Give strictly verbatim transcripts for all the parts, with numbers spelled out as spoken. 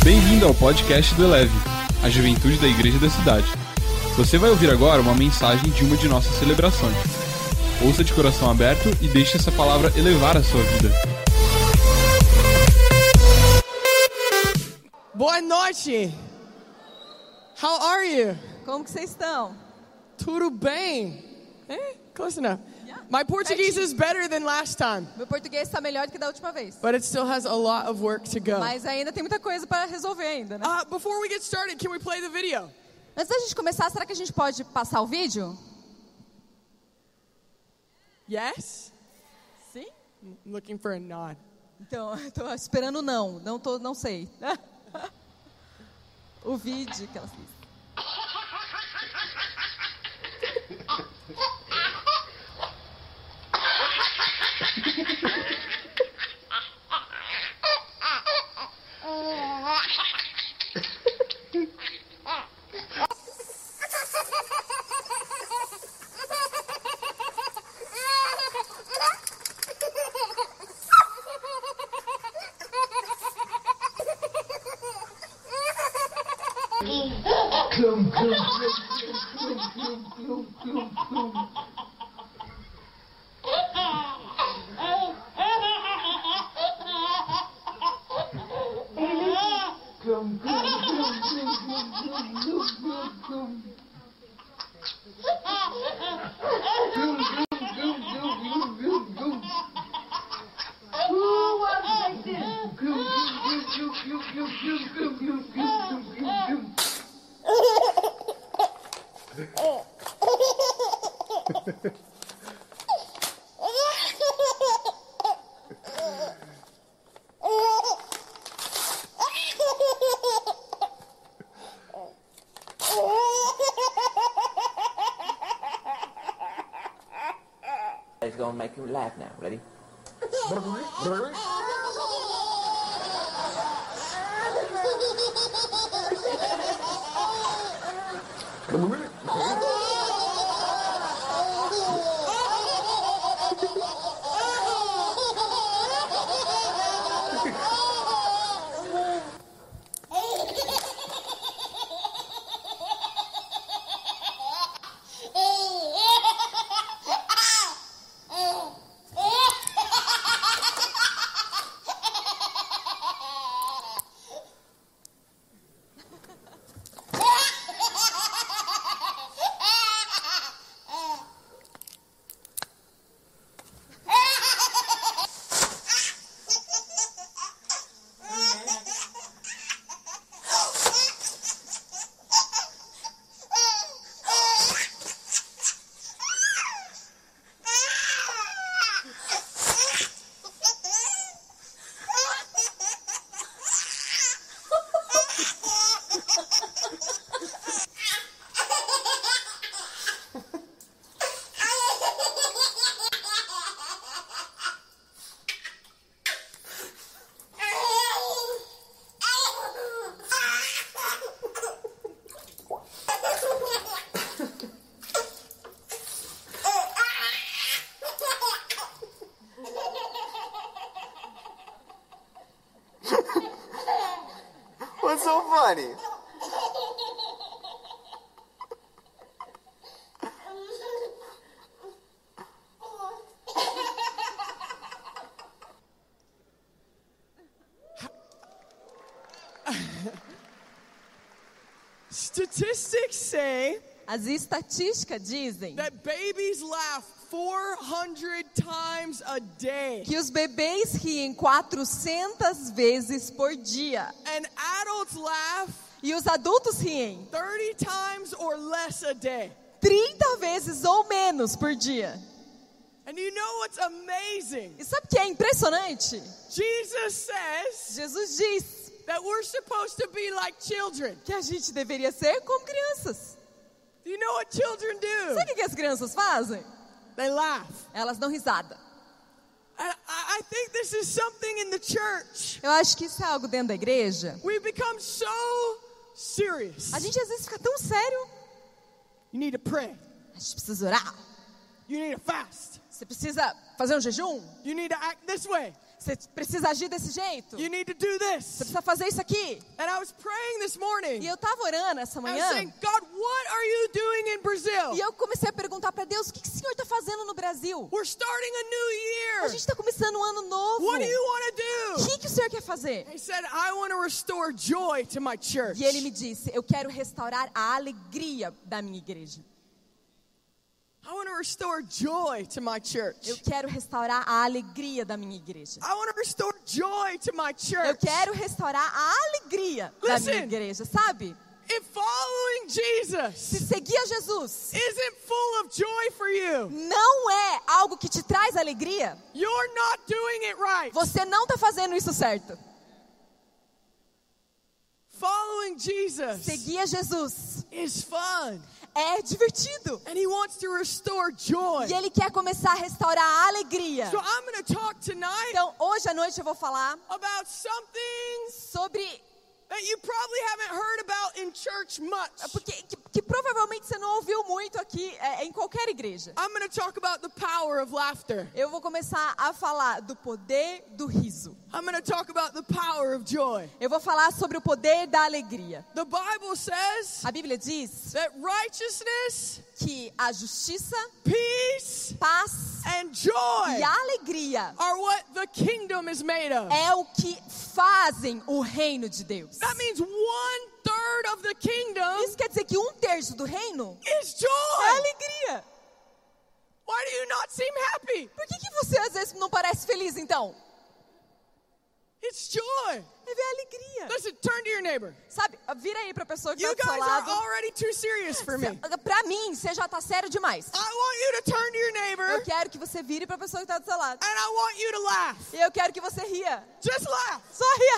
Bem-vindo ao podcast do Eleve, a juventude da igreja da cidade. Você vai ouvir agora uma mensagem de uma de nossas celebrações. Ouça de coração aberto e deixe essa palavra elevar a sua vida. Boa noite! How are you? Como que vocês estão? Tudo bem? Eh? Close enough. Yeah. My Portuguese Pertinho. is better than last time, Meu português está melhor do que da última vez. but it still has a lot of work to go. Mas ainda tem muita coisa para resolver ainda, né? Uh, before we get started, can we play the video? Antes da gente começar, será que a gente pode passar o vídeo? Yes? Sim. I'm looking for a nod. Então, estou esperando não. Não, tô, não sei. O vídeo que ela fez. Clum, clum, clum, clum, clum, clum, clum. Clum, clum, clum, clum, clum, clum, clum, clum. Clum, clum, clum, clum, clum, clum. Who wants like this? Clum, clum, clum, clum, clum, clum, clum, clum, clum, clum, clum. It's gonna make you laugh now. Ready? What's so funny? Statistics say As estatísticas dizem that babies laugh four hundred times a day, que os bebês riem quatrocentas vezes por dia. and adults laugh E os adultos riem thirty times or less a day. trinta vezes ou menos por dia. And you know what's amazing? E sabe o que é impressionante? Jesus says Jesus diz that we're supposed to be like children. que a gente deveria ser como crianças. Do you know what children do? Sabe o que as crianças fazem? They laugh. Elas dão risada. And I I think this is something in the church. Eu acho que isso é algo dentro da igreja. We become so serious. A gente às vezes fica tão sério. You need to pray. A gente precisa orar. You need to fast. Você precisa fazer um jejum. You need to act this way. Você precisa agir desse jeito? You need to do Você this. precisa fazer isso aqui? And I was praying this E morning. eu estava orando essa I was manhã. saying, God, what are you doing in Brazil? E eu comecei a perguntar para Deus, o que, que o Senhor está fazendo no Brasil? We're starting a new A year. gente está começando um ano novo. What do you want to O do? que, que o Senhor quer fazer? He said, I want to restore joy to my church. E ele me disse, eu quero restaurar a alegria da minha igreja. I want to restore joy to my church. Eu quero restaurar a alegria da minha igreja. I want to restore joy to my Eu church. quero restaurar a alegria da minha Listen. igreja, sabe? If following Se Jesus seguir a Jesus isn't full of joy for you, não é algo que te traz alegria, you're not doing it right. você não está fazendo isso certo. Following Jesus Seguir a Jesus is fun. é divertido. And he wants to restore joy. E Ele quer começar a restaurar a alegria. So I'm going to talk tonight Então, hoje à noite eu vou falar about something sobre... that you probably haven't heard about in church much. Porque, que, que provavelmente você não ouviu muito aqui é, em qualquer igreja. I'm going to talk about the power of laughter. Eu vou começar a falar do poder do riso. I'm going to talk about the power of joy. Eu vou falar sobre o poder da alegria. The Bible says A Bíblia diz that righteousness, que a justiça, peace, paz and joy e a alegria are what the kingdom is made of. é o que fazem o reino de Deus. That means one third of the kingdom Isso quer dizer que um terço do reino is é joy. alegria. Why do you not seem happy? Por que, que você às vezes não parece feliz então? It's joy. É ver a alegria. Listen, turn to your neighbor. Sabe, vira aí pra pessoa que You está do guys seu are lado. already too serious for me. Pra mim, você já tá sério demais. I want you to turn to your neighbor Eu quero que você vire pra pessoa que tá do seu lado. and I want you to laugh. E eu quero que você ria. Just laugh. Só ria.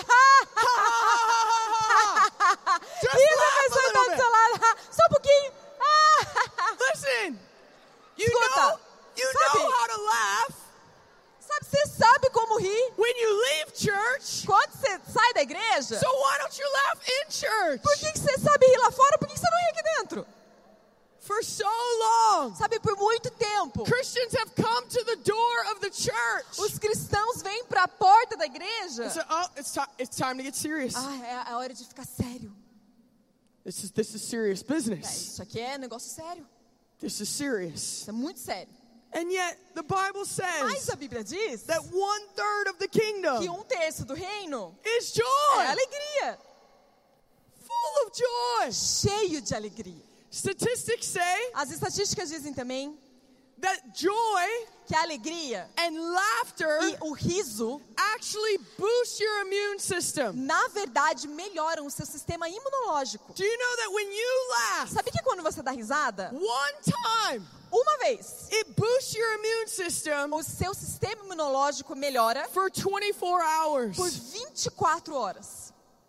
Just Ria pra laugh pessoa a que tá little do seu lado. Só um pouquinho. Listen, you Escuta. know, you Sabe? know how to laugh Sabe, você sabe como rir when you leave church. quando você sai da igreja? So why don't you laugh in church? Por que, que você sabe rir lá fora? Por que, que você não ri aqui dentro? For so long, Sabe, por muito tempo, Christians have come to the door of the church. os cristãos vêm para a porta da igreja. And say, oh, it's, ti- it's time to get serious. Ah, é a hora de ficar sério. This is this is serious É, business. isso aqui é negócio sério. This is serious. Isso é muito sério. And yet the Bible Mas says a Bíblia diz that one third of the que kingdom um terço do reino is é joy, alegria. full of joy. Cheio de alegria. Statistics say As estatísticas dizem também that joy que a alegria and laughter e o riso, actually boost your immune system. na verdade, melhoram o seu sistema imunológico. Do you know that when you laugh Sabe que quando você dá risada, one time, uma vez, it boosts your immune system o seu sistema imunológico melhora for twenty-four hours? por vinte e quatro horas.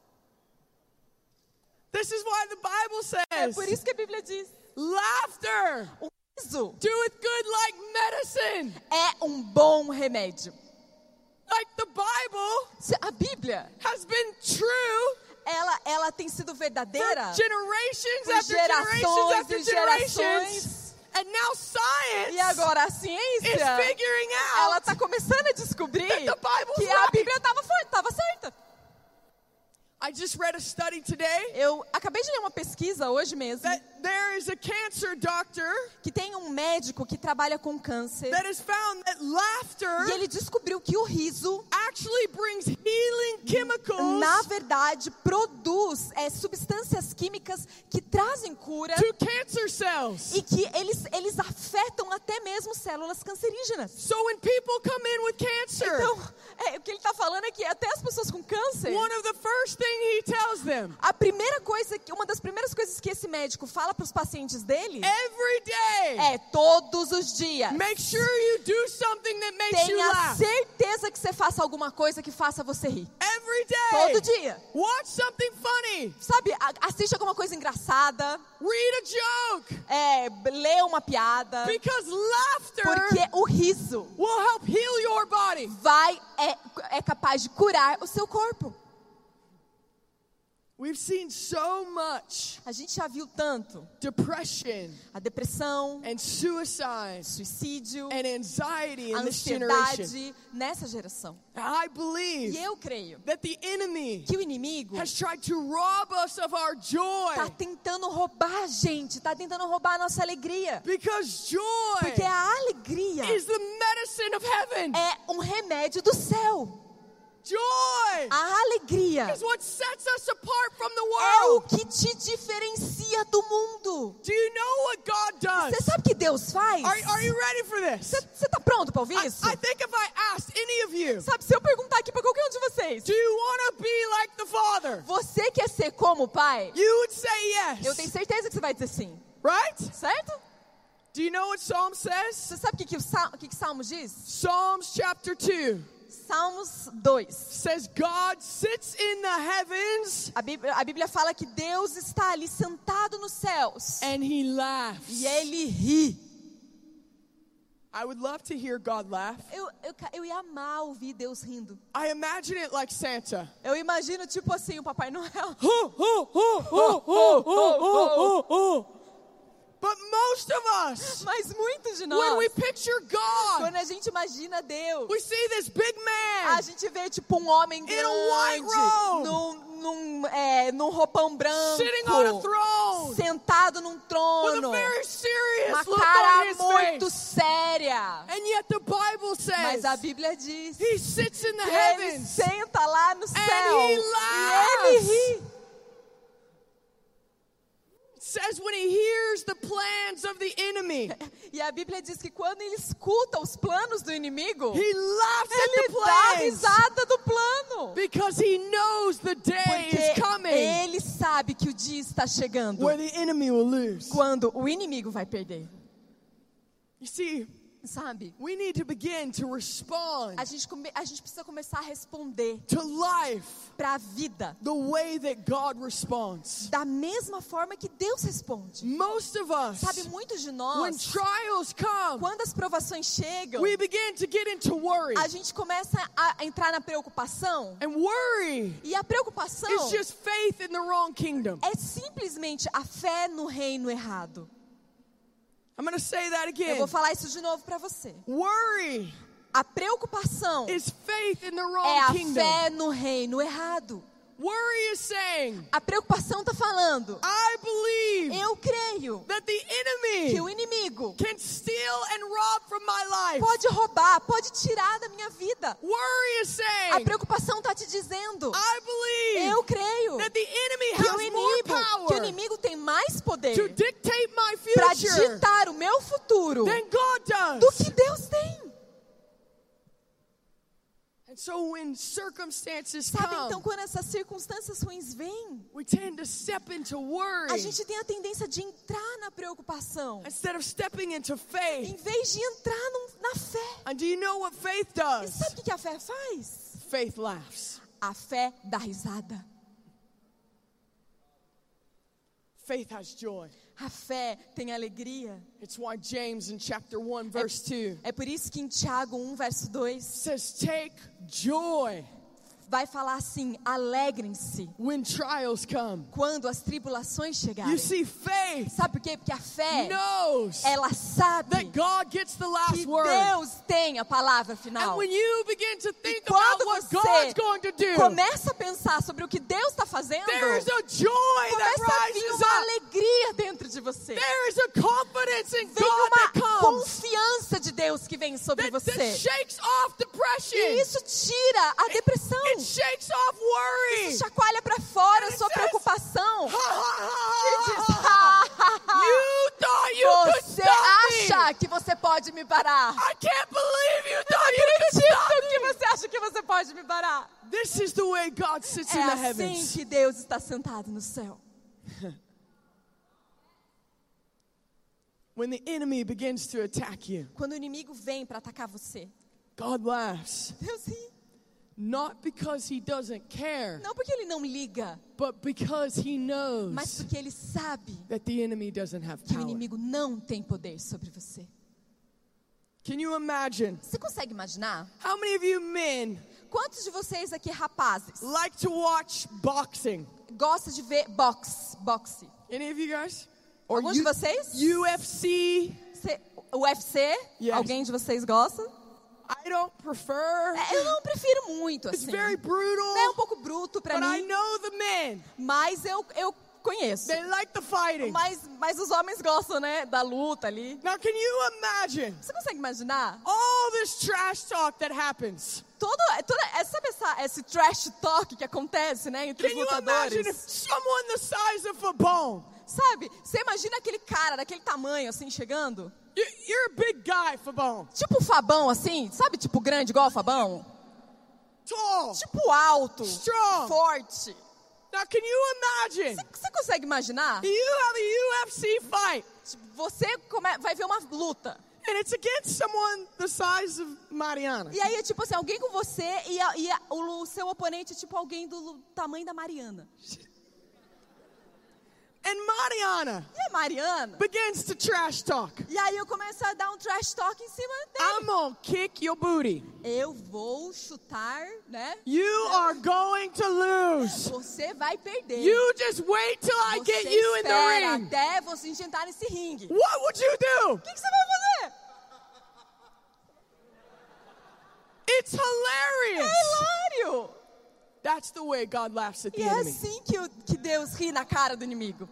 This is why the Bible É says por isso que a Bíblia diz, laughter o riso doeth good like medicine. é um bom remédio. Like the Bible Se a Bíblia, has been true ela, ela tem sido for verdadeira generations por after generations gerações after e generations. gerações. And now science E agora a is ciência, figuring ela out está começando a descobrir that the Bible's que a right. Bíblia estava certa. I just read a study today Eu acabei de ler uma pesquisa hoje mesmo, that there is a cancer doctor que tem um médico que trabalha com câncer, that has found that laughter e ele descobriu que o riso, actually brings healing chemicals na verdade, produz é, substâncias químicas que trazem cura to cancer cells. e que eles, eles afetam até mesmo células cancerígenas. So when people come in with cancer, Então, é, o que ele está falando é que até as pessoas com câncer, one of the first things he tells them, a primeira coisa, que- uma das primeiras coisas que esse médico fala para os pacientes dele every day, é todos os dias. make sure you do something that makes you Tenha laugh. certeza que você faça alguma coisa que faça você rir. Every day, Todo dia. watch something funny, Sabe, a- assiste alguma coisa engraçada, read a joke, é, lê uma piada, because laughter porque o riso will help heal your body. vai, é, é capaz de curar o seu corpo. We We've seen so much A gente já viu tanto depression a depressão, and suicide suicídio, and anxiety a in this generation. ansiedade nessa geração. I believe E eu creio that the enemy que o inimigo has tried to rob us of our joy. está tentando roubar a gente, está tentando roubar a nossa alegria. Because joy Porque a alegria is the medicine of heaven. é um remédio do céu. Joy A alegria is what sets us apart from the é o world. que te diferencia do mundo. Do you know what God does? Você sabe o que Deus faz? Are, are you ready for this? Você está pronto para ouvir I, isso? I think if I asked any of you, Sabe, se eu perguntar aqui para qualquer um de vocês, do you want to be like the Father? você quer ser como o Pai? You would say yes. Eu tenho certeza que você vai dizer sim. Right? Certo? Do you know what Psalm says? Você sabe o que, que, o, Sal, o que, que Salmos diz? Psalms chapter two Salmos dois. says God sits in the heavens A Bíblia, a Bíblia fala que Deus está ali sentado nos céus. and he laughs. E Ele ri. I would love to hear God laugh. Eu, eu, eu ia amar ouvir Deus rindo. I imagine it like Santa. Eu imagino tipo assim, o Papai Noel. Oh, oh, oh, oh, oh, oh, oh, oh. But most of us, Mas muitos de when nós, we picture God, quando a gente imagina Deus, we see this big a man gente vê tipo um homem in a white grande, robe, num, num, é, num roupão branco, sitting on a throne, sentado num with a trono, very serious uma look on cara his muito face. séria. And yet the Bible Mas says a Bíblia diz he sits in the que ele heavens. senta lá no céu he e ele laughs. ri. It says when he hears the plans of the enemy, E a Bíblia diz que quando ele escuta os planos do inimigo, he laughs at ele the dá plans risada do plano. because he knows the day is Porque coming ele sabe que o dia está chegando where the enemy will lose. quando o inimigo vai perder. You see, Sabe? we need to begin to respond A gente, come, a gente precisa começar a responder to life para a vida the way that God responds. da mesma forma que Deus responde. Most of us, Sabe, muitos de when nós, trials come, quando as provações chegam, we begin to get into worry. a gente começa a entrar na preocupação. And worry E a preocupação is just faith in the wrong kingdom. é simplesmente a fé no reino errado. I'm going to say that Eu again. vou falar isso de novo para você. Worry A preocupação is faith in the é wrong a kingdom. fé no reino errado. Worry is saying, A preocupação está falando, I believe eu creio that the que o enemy inimigo can steal and rob from my life. pode roubar, pode tirar da minha vida. Worry is A saying, preocupação está te dizendo, I believe eu creio that the enemy que o has more inimigo, que o power inimigo tem mais poder to dictate my para future ditar o meu futuro than God do que does. Deus tem. And so when circumstances Sabe, então come, quando essas circunstâncias ruins vêm, we tend to step into a worry gente tem a tendência de entrar na preocupação, instead of stepping into em faith. vez de entrar num- na fé. And do you know what faith E does? sabe o que que a fé faz? Faith laughs. A fé dá risada. Faith has joy. A fé tem alegria. It's why James in chapter one verse two É por isso que em Tiago um, verso dois, says, take joy vai falar assim, alegrem-se when trials come. quando as tribulações chegarem. You see, faith Sabe por quê? Porque a fé, knows ela sabe that God gets the last que word. Deus tem a palavra And final. when you begin to E think quando about what você God's going to do, começa a pensar sobre o que Deus está fazendo, there is a joy that começa a vir rises uma up. alegria dentro de você. There is a confidence in Vem God that uma comes confiança de Deus que vem sobre that, that você. shakes off depression. E isso tira a depressão. It shakes off worry. Isso chacoalha para fora a sua says, preocupação. Ha, ha, E diz, ha, ha. "Ha, ha, ha, You thought you could você stop me. acha que você pode me parar? I can't believe you Eu thought you could stop acredito que me. você acha que você pode me parar. This is the way God sits É in the assim heavens. que Deus está sentado no céu. When the enemy begins to attack you, Quando o inimigo vem para atacar você, God laughs. Deus ri. Not because he doesn't care, Não porque ele não liga, but because he mas knows porque ele sabe that the enemy doesn't have que o power. inimigo não tem poder sobre você. Can you imagine? Você consegue imaginar? How many of you men Quantos de vocês aqui, rapazes, like to watch boxing? gosta de ver boxe, boxe? Any of you guys? Or Alguns de vocês? U F C? Cê- U F C? Yes. Alguém de vocês gosta? I don't prefer. É, eu não prefiro muito, It's assim. very brutal. É um pouco bruto pra But I mim, know the men. mas eu, eu conheço. They like the fighting. Mas, mas os homens gostam, né, da luta ali. Now, can you imagine Você consegue imaginar? all this trash talk that happens? Todo, toda, é, sabe essa, esse trash talk que acontece, né, entre Can os you imagine if lutadores? someone the size of a bone? Sabe? Você imagina aquele cara daquele tamanho, assim, chegando? You- You're a big guy, Fabone. Tipo o Fabão, assim, sabe? Tipo grande, igual o Fabão? Tall. Tipo alto, Strong. forte. Now, can you imagine? Você consegue imaginar? You have a U F C fight, Tipo, você come- vai ver uma luta. and it's against someone the size of Mariana. E aí é tipo assim, alguém com você e, a- e a- o, o seu oponente é tipo alguém do lu- tamanho da Mariana. And Mariana E a Mariana? begins to trash talk. E aí eu começo a dar um trash talk em cima dele. I'm gonna kick your booty. Eu vou chutar, né? You are going to lose. Você vai perder. You just wait till I Você get you in the espera ring. até você entrar nesse ringue. O What would you do? que, que você vai fazer? It's É hilarious. hilário. That's the way God laughs at the E é enemy. assim que, o- que Deus ri na cara do inimigo.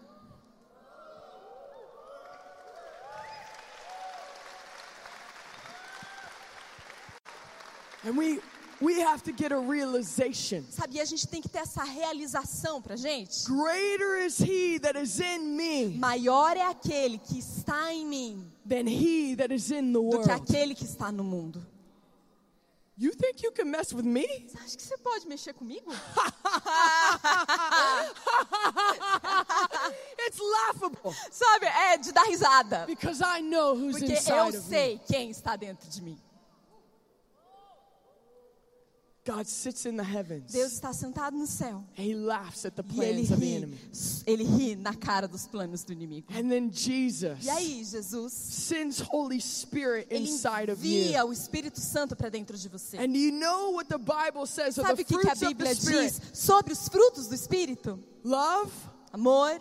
And we we have to get a realization. Sabe, e a gente tem que ter essa realização pra gente. Greater is he that is in me Maior é aquele que está em mim than he that is in the do que world. aquele que está no mundo. You think you can mess with me? Você acha que você pode mexer comigo? It's laughable Sabe, é de dar risada. because I know who's Porque eu inside of me. sei quem está dentro de mim. God sits in the heavens. Deus está sentado no céu. And he laughs at the E ele plans of the ri, enemy. ele ri na cara dos planos do inimigo. And then Jesus E aí, Jesus, sends Holy Spirit ele inside of envia you. o Espírito Santo para dentro de você. And do you know what the Bible says of Sabe the o que, que a fruits of the Bíblia Spirit? diz sobre os frutos do Espírito? Love, Amor,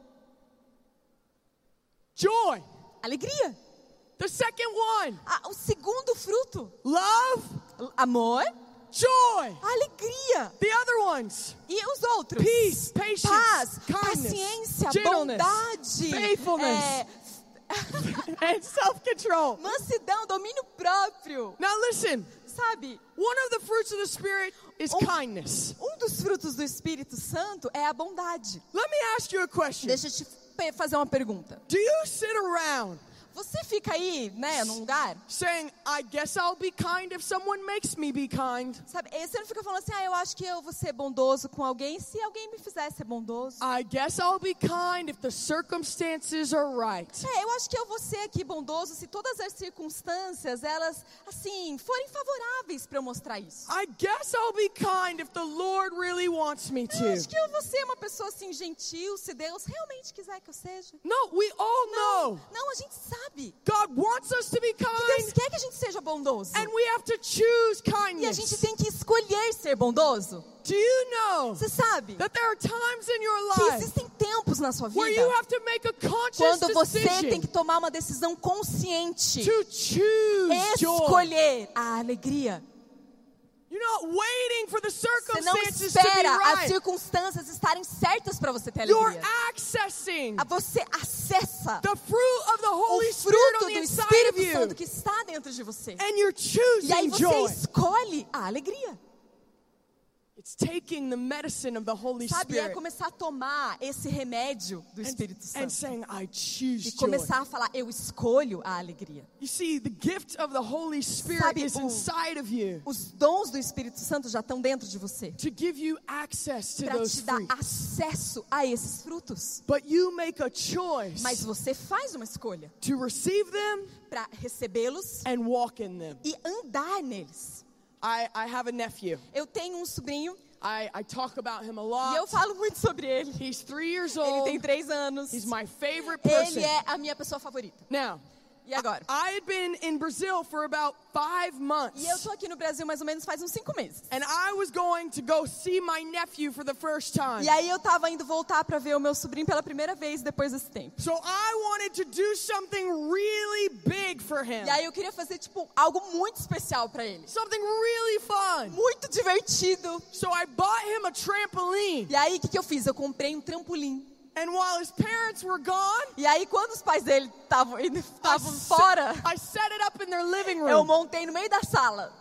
joy. alegria. The second one, Ah, o segundo fruto, love, amor, joy. alegria. The other ones, E os outros? peace, patience, Paz, kindness, paciência, gentleness, bondade, faithfulness, é, and self-control. mansidão, domínio próprio. Now listen, Sabe, one of the fruits of the Spirit is Um- kindness. um dos frutos do Espírito Santo é a bondade. Let me ask you a question. Deixa eu te pe- fazer uma pergunta. Do you sit around Você fica aí, né, num lugar, saying, I guess I'll be kind if someone makes me be kind? sabe? E você não fica falando assim, ah, eu acho que eu vou ser bondoso com alguém se alguém me fizer ser bondoso. I guess I'll be kind if the circumstances are right. É, eu acho que eu vou ser aqui bondoso se todas as circunstâncias, elas, assim, forem favoráveis para eu mostrar isso. I guess I'll be kind if the Lord really wants me Eu to. acho que eu vou ser uma pessoa, assim, gentil, se Deus realmente quiser que eu seja. No, we all know Não, a gente sabe. God wants us to be Deus kind, quer que a gente seja bondoso. and we have to choose E a gente kindness. tem que escolher ser bondoso. Do you know Você sabe that there are times in your que life existem tempos na sua where vida you have to make a conscious quando você tem decision que tomar uma decisão consciente, to choose joy? escolher a alegria. You're not waiting for the Você não circumstances to be espera as right. circunstâncias estarem certas para você ter You're alegria. accessing A Você acessa the fruit of the Holy o Spirit on fruto the do inside Espírito of you, Santo que está dentro de você. and you're E aí choosing você joy. escolhe a alegria. It's taking the medicine of the Holy Sabe, é Spirit começar a tomar esse remédio do and, Espírito and Santo. saying, I choose E joy. começar a falar, eu escolho a alegria. You see, the gift of the Holy Spirit Sabe, is o- inside of you Os dons do Espírito Santo já estão dentro de você. to give you access to Para those te dar fruits. acesso a esses frutos. But you make a choice Mas você faz uma escolha to receive them para recebê-los and walk in them. e andar neles. I, I have a nephew. Eu tenho um sobrinho I, I talk about him a e eu lot. falo muito sobre ele. He's three years Ele old. tem três anos. He's my favorite person. Ele é a minha pessoa favorita. Now, E agora? I had been in Brazil for about five months. E eu tô aqui no Brasil mais ou menos faz uns cinco meses. And I was going to go see my nephew for the first time. E aí eu tava indo voltar pra ver o meu sobrinho pela primeira vez depois desse tempo. So I wanted to do something really big for him. E aí eu queria fazer tipo algo muito especial pra ele. Something really fun. Muito divertido. So I bought him a trampoline. E aí o que, que eu fiz? Eu comprei um trampolim. And while his parents were gone, E aí quando os pais dele estavam I, estavam se- fora, I set it up in their living eu room. montei no meio da sala.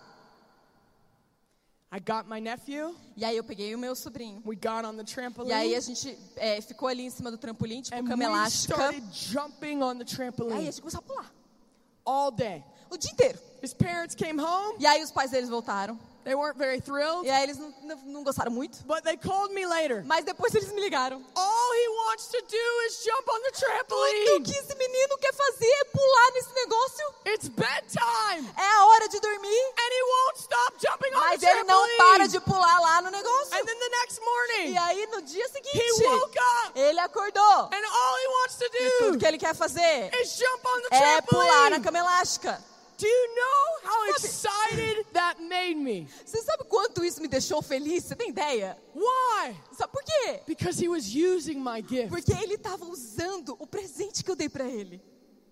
I got my nephew. E aí eu peguei o meu sobrinho. We got on the trampoline. E aí a gente é, ficou ali em cima do trampolim, tipo and cama we elástica. started jumping on the E aí a trampoline gente começou a pular. all day. O dia inteiro. His parents came home. E aí os pais deles voltaram. They weren't very thrilled, E aí eles não, não, não gostaram muito. but they called me later. Mas depois eles me ligaram. All he wants to do is jump on the Tudo trampoline. que esse menino quer fazer é pular nesse negócio. It's bedtime, É a hora de dormir. and he won't stop jumping on Mas the ele não para trampoline. de pular lá no negócio. And then the next morning, E aí no dia he seguinte, woke up, ele acordou. and all he wants to Tudo do que ele quer fazer is jump on the é pular na trampoline. cama elástica. Do you know how Sabe- excited that made me? Você sabe quanto isso me deixou feliz? Você tem ideia? Why? Sabe por quê? Because he was using my gift. Porque ele estava usando o presente que eu dei para ele.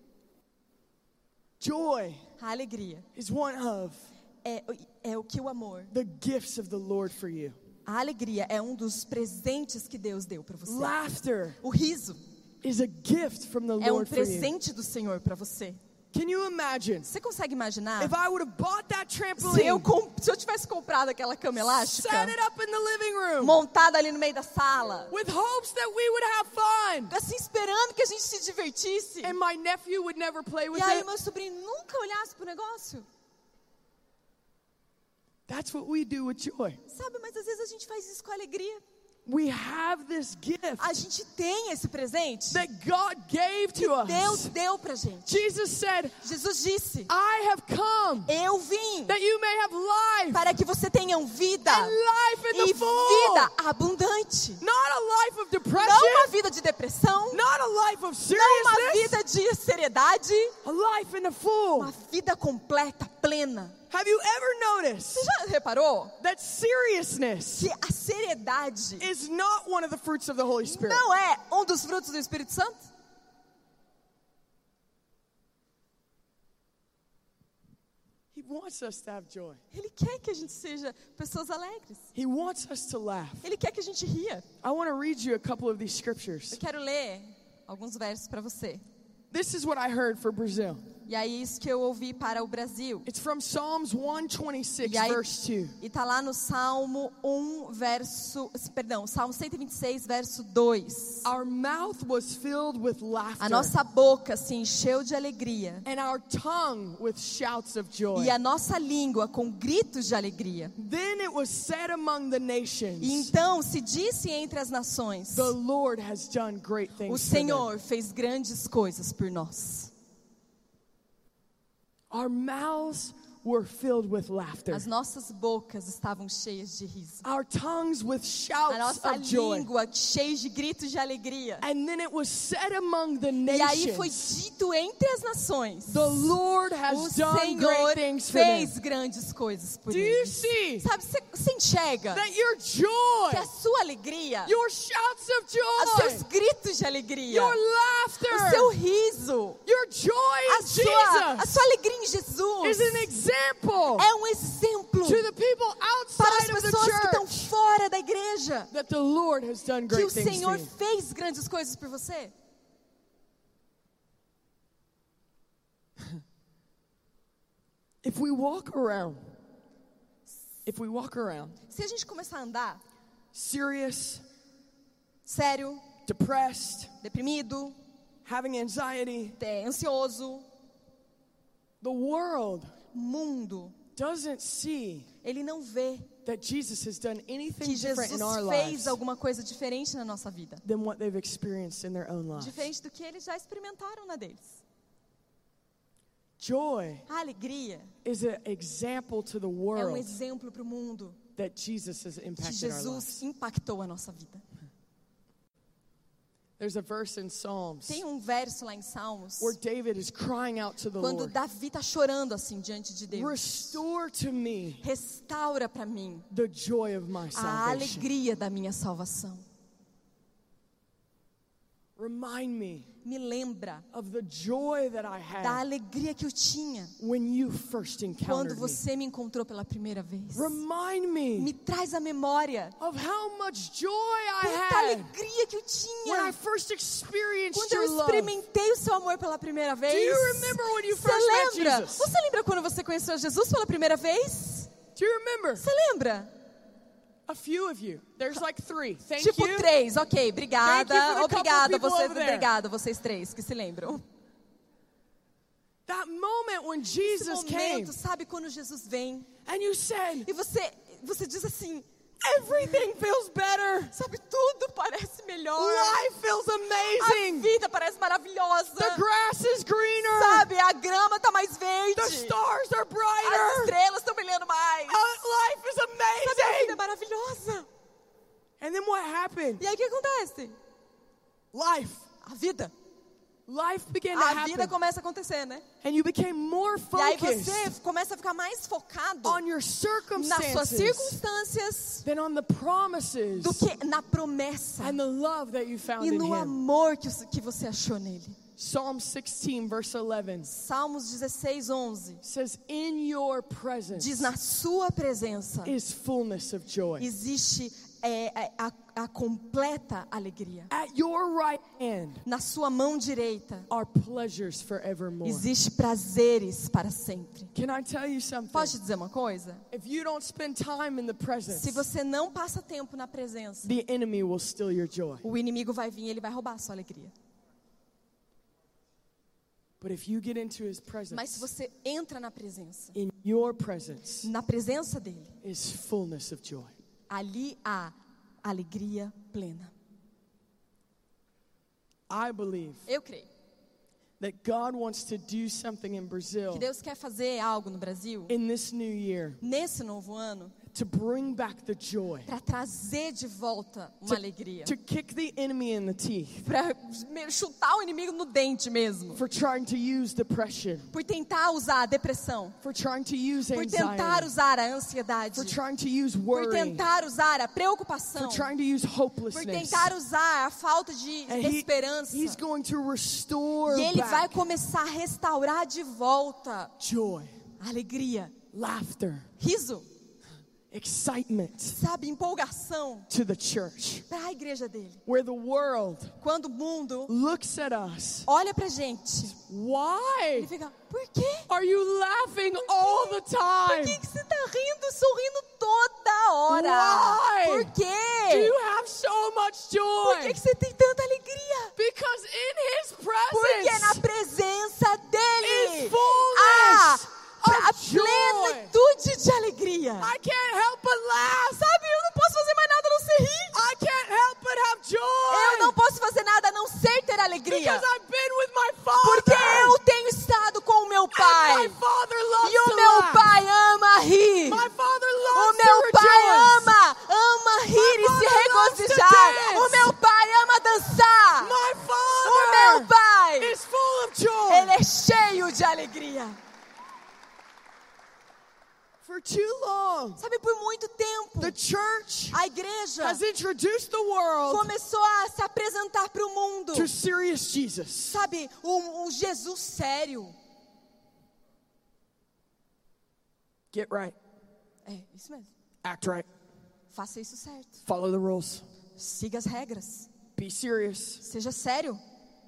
Joy A alegria is one of é, é o que o amor. the gifts of the Lord for you. A alegria é um dos presentes que Deus deu para você. Laughter O riso is a gift from the é um Lord for you. presente do Senhor para você. Can you imagine Você consegue imaginar? if I would have bought that Se eu, trampoline, com- se eu tivesse comprado aquela cama elástica, set it up in the living room montada ali no meio da sala, with hopes that we would have fun, assim esperando que a gente se divertisse, and my nephew would never play with e aí it? meu sobrinho nunca olhasse pro negócio? That's what we do with joy. Sabe, mas às vezes a gente faz isso com alegria. We have this gift A gente tem esse presente that God gave que to us. Deus deu pra gente. Jesus said, Jesus disse, I have come eu vim that you may have life para que você tenham vida and life in e the full. vida abundante. Not a life of Não depression, uma vida de depressão, not a life of não uma seriousness, vida de seriedade, a life in the full. uma vida completa, plena. Have you ever noticed Você já reparou that seriousness que a seriedade is not one of the fruits of the Holy Spirit? não é um dos frutos do Espírito Santo? He wants us to have joy. Ele quer que a gente seja pessoas alegres. He wants us to laugh. Ele quer que a gente ria. I want to read you a couple of these scriptures. Eu quero ler alguns versos para você. This is what I heard for Brazil. E aí isso que eu ouvi para o Brasil. It's from Psalms one twenty-six, E aí, verse two. e tá lá no Salmo um, verso, perdão, Salmo cento e vinte e seis, verso dois. Our mouth was filled with laughter, A nossa boca se encheu de alegria and our tongue with shouts of joy. e a nossa língua com gritos de alegria. Then it was said among the E nations, então se disse entre as nações: the Lord has done great o things for them. Senhor fez grandes coisas por nós. Our mouths were filled with laughter. As nossas bocas estavam cheias de riso. Our tongues with A shouts nossa of joy. língua cheia de gritos de alegria. And then it was said among the E aí foi nations, dito entre as nações: the Lord o has done great Senhor things for them. fez grandes coisas por Do you eles. see Sabe, você, você enxerga that your joy, que a sua alegria, your shouts of os joy, seus gritos de alegria, your o seu laughter, riso, your joy a in sua, a Jesus sua alegria em is Jesus an example é um exemplo to the people para as outside of the pessoas que estão church fora da igreja, that the Lord has done que o great things Senhor for you. fez grandes coisas por você. If we walk around, if we walk around Se a gente começar a andar serious, sério, depressed, deprimido, having anxiety, é, ansioso, the world mundo, doesn't see ele não vê that Jesus has done anything que different Jesus in our fez lives alguma coisa diferente na nossa vida. than what they've experienced in their own lives. Diferente do que eles já experimentaram na deles. Joy A alegria is an example to the é um world exemplo para o mundo that Jesus has que impacted our Jesus lives. impactou a nossa vida. There's a verse in Psalms Tem um verso lá em Salmos, where David is crying out to the quando Lord, Davi está chorando assim diante de Deus. restore to me Restaura para mim the joy of my a salvation. alegria da minha salvação. Remind me Me lembra of the joy that I da had alegria que eu tinha when you first quando encountered me. você me encontrou pela primeira vez. Remind me Me traz a memória of how much joy I quanta had alegria que eu when I tinha first experienced quando eu your love. experimentei o seu amor pela primeira vez. Do you remember when you Você first met lembra? Jesus? Você lembra quando você conheceu Jesus pela primeira vez? Do you remember? Você lembra? A few of you. There's like three. Thank Tipo you. três, ok, obrigada. Thank you for the Obrigada, couple people vocês, over there. obrigada, vocês três que se lembram. That moment when Esse Jesus came momento, sabe quando Jesus vem and you said, e você, você diz assim, everything feels better. sabe, tudo parece melhor. Life feels A amazing. vida parece maravilhosa. The grass is greener. Sabe, a grama tá mais verde. The stars are As brighter. estrelas estão brilhando mais. Uh, life is Sabe, a vida é amazing. maravilhosa. And then what happened? E aí o que acontece? Life. A vida. Life began to A vida happen. começa a acontecer, né? And you became more E aí focused você começa a ficar mais focado on your nas suas circumstances circunstâncias than on the promises do que na promessa and the love that you found e in no Him. amor que, o- que você achou nele. Psalm sixteen, verse eleven Salmos dezesseis, onze says, in your presence diz: na sua presença is fullness of joy. existe é, é, a, a completa alegria. At your right hand Na sua mão direita are pleasures forevermore. existe prazeres para sempre. Can I tell you something? Posso te dizer uma coisa? If you don't spend time in the presence, Se você não passa tempo na presença, the enemy will steal your joy. o inimigo vai vir e ele vai roubar a sua alegria. But if you get into His Mas se presence, você entra na presença, in your presence na presença dele, is fullness of joy. ali há alegria plena. I believe Eu creio that God wants to do something in que Brazil Deus quer fazer algo no Brasil, in this new year nesse novo ano, to bring back the joy, para trazer de volta uma alegria. to kick the enemy in the teeth, Para chutar o inimigo no dente mesmo. for trying to use depression, Por tentar usar a depressão. for trying to use Por tentar anxiety, usar a ansiedade. for trying to use Por worry, tentar usar a preocupação. for trying to use Por hopelessness. tentar usar a falta de And he- esperança. He's going to restore E ele vai back começar a restaurar de volta joy, a alegria, laughter, riso, excitement sabe, empolgação to the church, para a igreja dele. where the world Quando o mundo looks at us. olha pra gente, Why ele fica, por quê? are you laughing all the Por time? que, que você tá rindo, sorrindo toda hora? Why? Por Do quê? you have so much Por que, joy? que você tem tanta alegria? Because in His Porque na presence presença dele is fullness há a of joy. plenitude de alegria. I can't help but laugh. Sabe, eu não posso fazer mais nada a não ser rir. I can't help but have joy. Eu não posso fazer nada a não ser ter alegria. Because I've been with my Porque Father. eu tenho estado com o meu And pai. my Father loves E o to meu laugh. pai ama rir. My Father O loves meu to pai rejoice. ama, ama rir e se father loves to regozijar. dance. O meu pai ama dançar. My O meu Father pai, is full of joy. ele é cheio de alegria. For too long, Sabe, por muito tempo, the church a igreja has introduced the world começou a se apresentar para o mundo. to serious Jesus. Sabe, um, um Jesus sério. Get right, É, isso mesmo. act right, Faça isso certo. follow the rules, Siga as regras. be serious. Seja sério.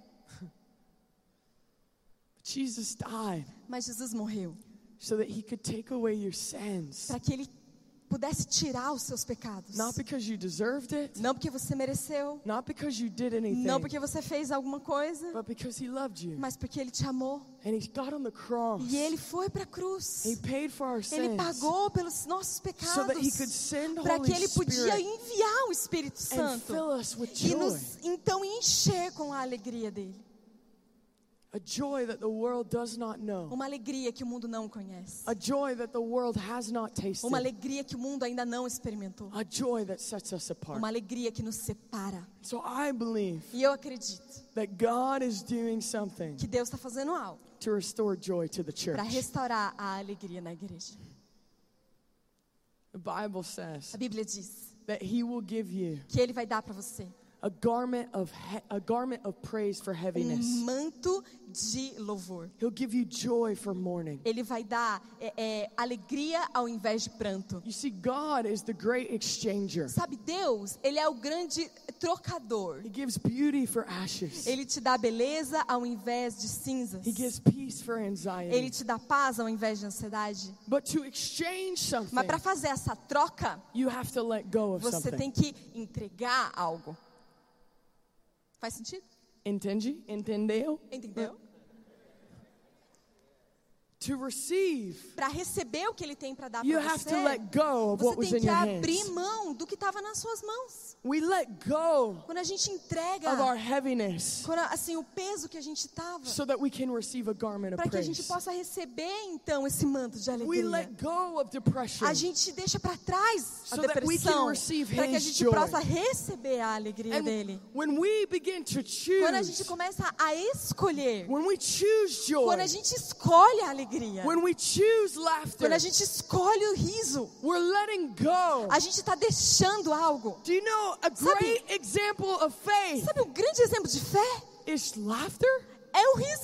Jesus died Mas Jesus morreu so that He could take away your sins. para que ele pudesse tirar os seus pecados. Not because you deserved it, Não porque você mereceu, not because you did anything, não porque você fez alguma coisa, but because He loved you. mas porque ele te amou. And He got on the cross. E ele foi para a cruz. He paid for our Ele sins pagou pelos nossos so that pecados He could send para que Holy ele podia Spirit enviar o Espírito and Santo fill us with e joy. nos então encher com a alegria dele. A joy that the world does not know. Uma alegria que o mundo não conhece. A joy that the world has not tasted. Uma alegria que o mundo ainda não experimentou. A joy that sets us apart. Uma alegria que nos separa. So I believe E eu acredito that God is doing something que Deus está fazendo algo to restore joy to the church. para restaurar a alegria na igreja. The Bible says A Bíblia diz that He will give you que Ele vai dar para você a garment of he- a garment of praise for heaviness. um manto de louvor. He'll give you joy for mourning. Ele vai dar é, é, alegria ao invés de pranto. You see, God is the great exchanger. Sabe, Deus, Ele é o grande trocador. He gives beauty for ashes. Ele te dá beleza ao invés de cinzas. He gives peace for Ele anxiety. te dá paz ao invés de ansiedade. But to exchange something, Mas para fazer essa troca, you have to let go of você something. tem que entregar algo. Faz sentido? Entende? Entendeu? Entendeu? To receive, Para receber o que Ele tem para dar you para have você, to let go of what você was tem in que your abrir hands. mão do que estava nas suas mãos. We let go Quando a gente entrega, of our heaviness quando, assim, o peso que a gente estava, so that we can receive a garment of para que a gente praise. possa receber então esse manto de We alegria. let go of depression A gente deixa para trás a so that we can depressão, receive para que a His gente joy. possa receber a alegria dele. And when we begin to Quando a gente choose, começa a escolher, when we choose joy, quando a gente escolhe a alegria, when we choose laughter, quando a gente escolhe o riso, we're letting go. a gente está deixando algo. Do you know a great example of faith Sabe um grande exemplo de fé? is laughter? É o riso.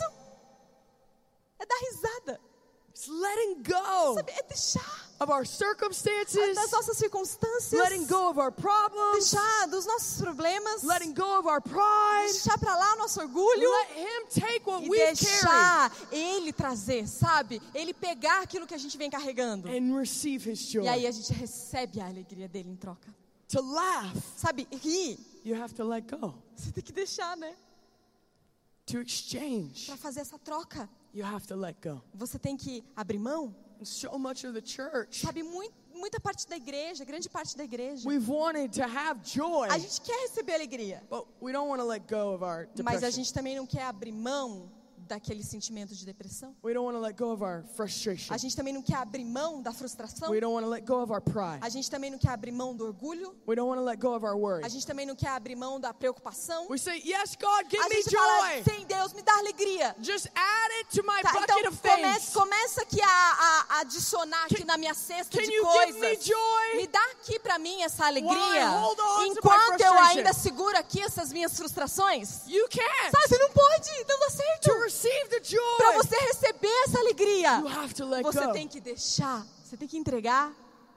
É dar risada. It's letting go Sabe, é deixar of our das circumstances, nossas circunstâncias, letting go of our problems, deixar dos nossos problemas, letting go of our pride. deixar para lá o nosso orgulho Let Him take what e we've carried deixar Ele trazer, sabe? Ele pegar aquilo que a gente vem carregando. and receive His joy. E aí a gente recebe a alegria dele em troca. To laugh, Sabe, rir, you have to let go. você tem que deixar, né? To exchange, Para fazer essa troca, you have to let go. você tem que abrir mão. And so much of the church, Sabe, muito, muita parte da igreja, grande parte da igreja, we've wanted to have joy, a gente quer receber alegria, but we don't want to let go of our mas a depression. gente também não quer abrir mão daquele sentimento de depressão. We don't want to let go of our frustration. A gente também não quer abrir mão da frustração. We don't want to let go of our pride. A gente também não quer abrir mão do orgulho. We don't want to let go of our worry. A gente também não quer abrir mão da preocupação. We say, yes, God, give A me gente fala, joy. sim, Deus, me dá alegria. Just add it to my Tá, bucket então of começa, things. começa aqui a, a- a adicionar aqui Can- na minha cesta can de you coisas. give me joy? Me dá aqui pra mim essa While alegria. I hold on to my Enquanto eu frustration. ainda seguro aqui essas minhas frustrações. You can't. Sabe, você não pode, não dá certo. To receive the joy, Pra você receber essa alegria, you have to let você go. tem que deixar. Você tem que entregar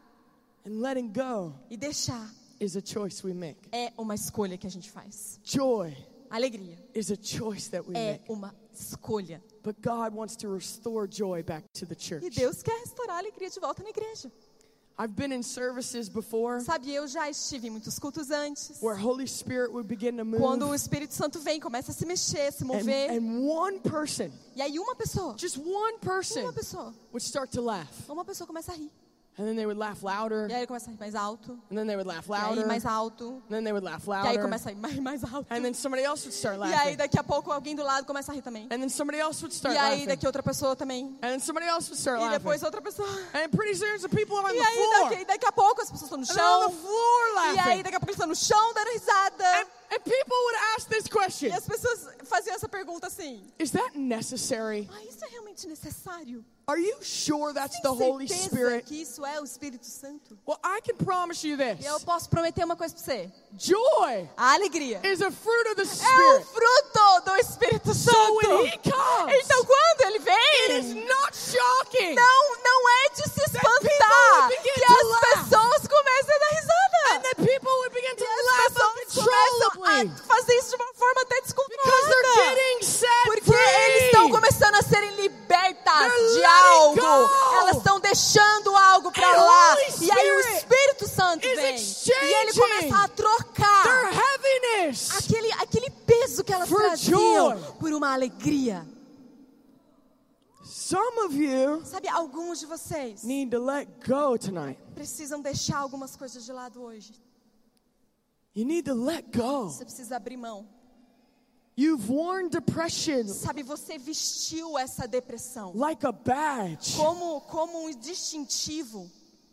And letting go e deixar. is a choice we make. É uma escolha que a gente faz. Joy Alegria is a choice that we é make. uma escolha. But God wants to restore joy back to the E church. Deus quer restaurar a alegria de volta na igreja. I've been in services before Sabe, eu já estive em muitos cultos antes. where Holy Spirit would begin to move. Quando o Espírito Santo vem, começa a se mexer, se And, mover. and one person, E aí uma pessoa, just one person, uma pessoa, would start to laugh. uma pessoa começa a rir. And then they would laugh louder. E aí ele começa a rir mais alto. And then they would laugh E aí louder. mais alto. And then they would laugh E aí louder. começa a rir mais, mais alto. And then somebody else would start E aí laughing. daqui a pouco alguém do lado começa a rir também. And then somebody else would start E aí laughing. daqui outra pessoa também. And then somebody else would start E laughing. depois outra pessoa. And pretty soon the people are on E the aí floor. daqui, daqui a pouco as pessoas estão no And they're on chão. the floor E aí laughing. daqui a pouco eles estão no chão dando risada. And, and people would ask this question. E as pessoas faziam essa pergunta assim: Is that necessary? ah, isso é realmente necessário? Are you sure that's Tem the Holy certeza Spirit? que isso é o Espírito Santo? Well, I can promise you this. E eu posso prometer uma coisa pra você: Joy a alegria is a fruit of the é o Spirit. fruto do Espírito So Santo. when He comes, Então quando ele it is vem, not shocking não, não é de se people espantar begin que to as laugh. pessoas comecem a dar and risada. that people would begin to E as laugh pessoas começam uncontrollably a fazer isso de uma forma até because they're descontrolada. getting set Porque eles estão free. começando a serem libertas They're de letting algo. go. Elas estão deixando algo pra And lá. Holy E aí o Spirit Espírito Santo is vem. exchanging E ele começa a trocar Their heaviness aquele, aquele peso que elas for traziam joy. por uma alegria. Some of you Sabe, alguns de vocês need to let go tonight. precisam deixar algumas coisas de lado hoje. You need to let go. Você precisa abrir mão. You've worn depression Sabe, você vestiu essa depressão like a badge. como, como um distintivo.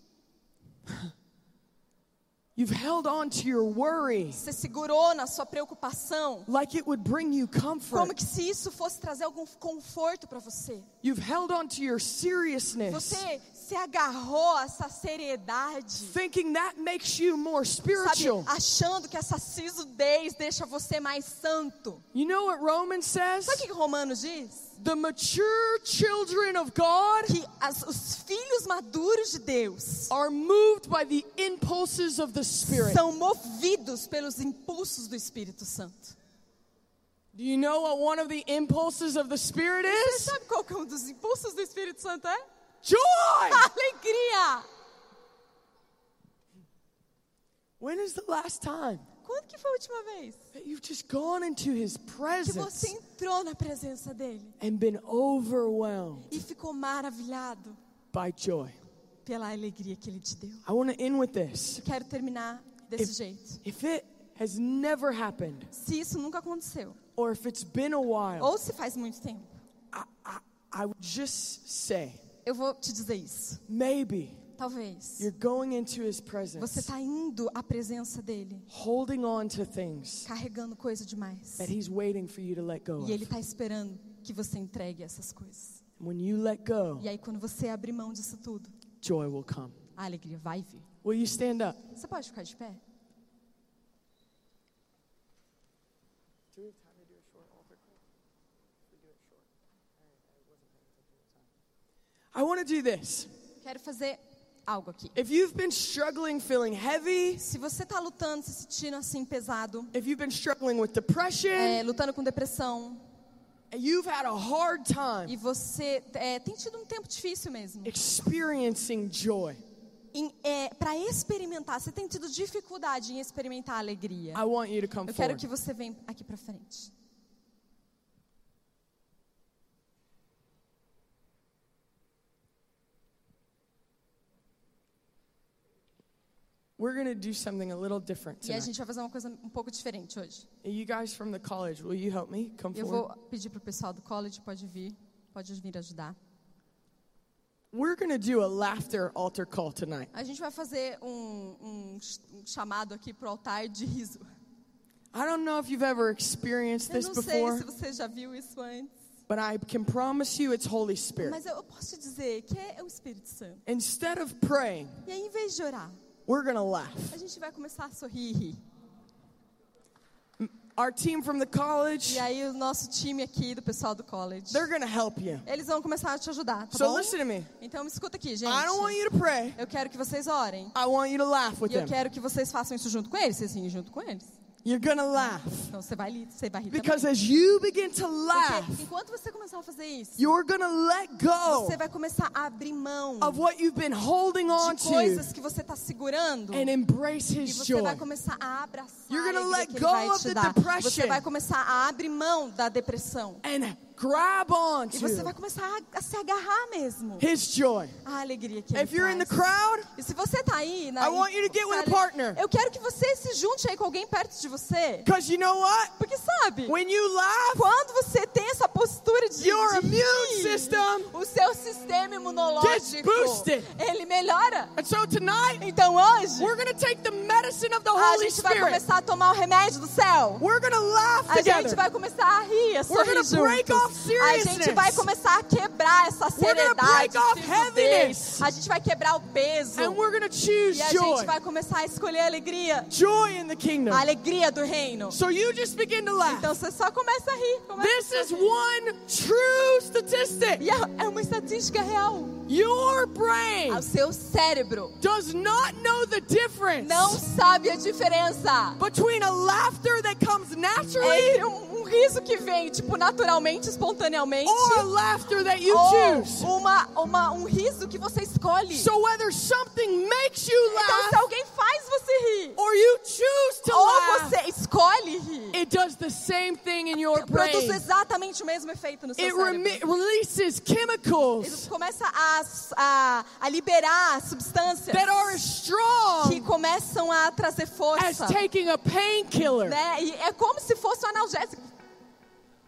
You've held on to your worry Você segurou na sua preocupação like it would bring you como comfort. que se isso fosse trazer algum conforto para você. You've held on to your seriousness, Você se agarrou a essa seriedade, thinking that makes you more sabe, spiritual. achando que essa sisudez deixa você mais santo. You know what Romans says? Sabe o que Romanos diz? The mature children of God Que as, os filhos maduros de Deus are moved by the impulses of the Spirit. são movidos pelos impulsos do Espírito Santo. Do you know what one of the impulses of the Spirit Você is? sabe qual que é um dos impulsos do Espírito Santo é? Joy! Alegria! When is the last time Quando que foi a última vez that you've just gone into His que você presence entrou na presença dele and been overwhelmed e ficou maravilhado by joy? pela alegria que ele te deu? I want to end with this. Eu quero terminar desse If, jeito. if it has never happened, Se isso nunca aconteceu, or if it's been a while, ou se faz muito tempo, I, I, I would just say, eu vou te dizer isso. maybe Talvez you're going into His você presence, está indo à presença dele, holding on to things carregando coisa demais. that He's waiting for you to let go E ele of. está esperando que você entregue essas coisas. When you let go, E aí quando você abrir mão disso tudo, joy will come. a alegria vai vir. Will you stand up? Você pode ficar de pé? I want to do this. Quero fazer algo aqui. If you've been struggling, feeling heavy, Se você está lutando, se sentindo assim pesado, if you've been struggling with depression, é, lutando com depressão, and you've had a hard time e você é, tem tido um tempo difícil mesmo, experiencing joy, é, para experimentar, você tem tido dificuldade em experimentar a alegria, I want you to come eu quero forward. que você venha aqui para frente. We're going to do something a little different E a tonight. gente vai fazer uma coisa um pouco diferente hoje. You guys from the college, will you help me? Come Eu forward. vou pedir para o pessoal do college, pode vir, pode vir ajudar. We're going to do a laughter altar call tonight. A gente vai fazer um, um, um chamado aqui pro altar de riso. I don't know if you've ever experienced Eu this não sei before, se você já viu isso antes, but I can promise you it's Holy Spirit. mas eu posso te dizer que é o Espírito Santo. Instead of praying, E aí, em vez de orar, we're going to laugh. a gente vai começar a sorrir e rir. Our team from the college, E aí o nosso time aqui do pessoal do college, they're going to help you. eles vão começar a te ajudar, tá So bom? listen to me. Então me escuta aqui, gente. I don't want you to pray. Eu quero que vocês orem. I want you to laugh with E eu them. quero que vocês façam isso junto com eles, vocês riem junto com eles. You're going to laugh. Então você vai, li- você vai rir Because também. as you begin to laugh, Porque enquanto você começar a fazer isso, you're going to let go você vai começar a abrir mão of what you've been holding on de to coisas que você está segurando. and embrace E His você joy. vai começar a abraçar You're a gonna alegria let que Ele go vai of te the dar. depression. Você vai começar a abrir mão da depressão. And grab on E você vai to começar a, a se agarrar mesmo. His joy. A alegria que Ele If you're in the traz. crowd, E se você tá aí, na, I want you to get with a sabe, partner. eu quero que você se junte aí com alguém perto de você. because you know what? Porque sabe, When you laugh, quando você tem essa postura de, Your de immune rir, system o seu sistema gets imunológico, boosted. ele melhora. And so tonight, Então hoje, we're going to take the medicine of the a Holy gente vai Spirit. começar a tomar o remédio do céu. We're going to laugh A gente together. vai começar a rir, a We're sorrir gonna break juntos. off A gente seriousness. vai começar a quebrar essa We're gonna seriedade, break off sisudez. heaviness. A gente vai quebrar o peso. And we're going to choose E a joy. gente vai começar a escolher a alegria. Joy in the kingdom. A alegria do reino. So you just begin to laugh. Então você só começa a rir. Começa This a is rir. one true statistic. E é é uma estatística real. Your brain O seu cérebro does not know the difference não sabe a diferença between a laughter that comes naturally entre um, um riso que vem, tipo, naturalmente, espontaneamente, or a laughter that you ou choose. uma, uma, um riso que você escolhe. So whether something makes you Então, se laugh alguém faz você rir, or you choose to ou laugh, você escolhe rir, it does the same thing in your produz brain. exatamente o mesmo efeito no seu It cérebro. remi- releases Ele chemicals começa a, a, a liberar substâncias that are as que strong começam a trazer as força, taking a painkiller. né? E é como se fosse um analgésico.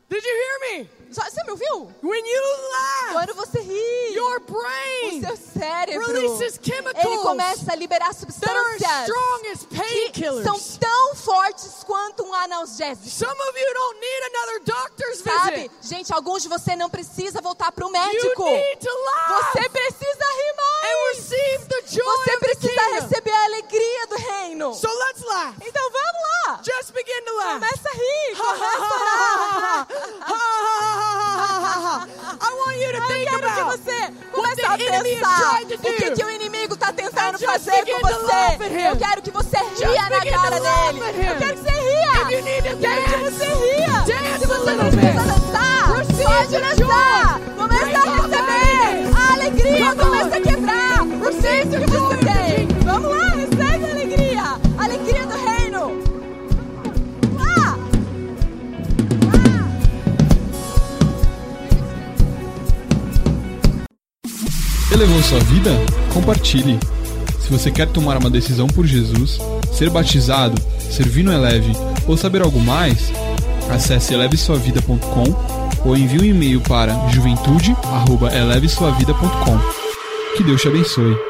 Did you hear me? Já, você me ouviu? When you laugh, Quando você ri, your o brain seu cérebro, releases ele chemicals começa a liberar that are as substâncias strong as que são painkillers. tão fortes quanto um analgésico. Some of you don't need another doctor's Sabe? visit. Gente, alguns de você não precisa voltar pro médico. You need to laugh Você precisa rir and mais. receive the joy Você of the precisa kingdom. receber a alegria do reino. So let's laugh. Então vamos lá. Just begin to laugh. Começa a rir, Ha, ha, começa a ha, orar. ha, ha, ha, ha, ha. I want you to Eu think quero que about você what comece the a enemy is pensar trying to o que, do. que o inimigo está tentando And just fazer begin com to laugh at você. him. Eu quero que você ria Just na begin to cara laugh dele. at him. Eu quero que você ria. If you need to Eu quero que dance, você ria. dance Se a você little precisa bit. dançar, Receive pode the dançar. joy. Começa Break a off receber. A alegria Come começa on. a quebrar. O senso que você tem. Vamos lá, recebe a alegria. A alegria do reino. Lá. Elevou sua vida? Compartilhe. Se você quer tomar uma decisão por Jesus, ser batizado, servir no Eleve ou saber algo mais, acesse eleve sua vida ponto com ou envie um e-mail para juventude arroba eleve sua vida ponto com. Que Deus te abençoe.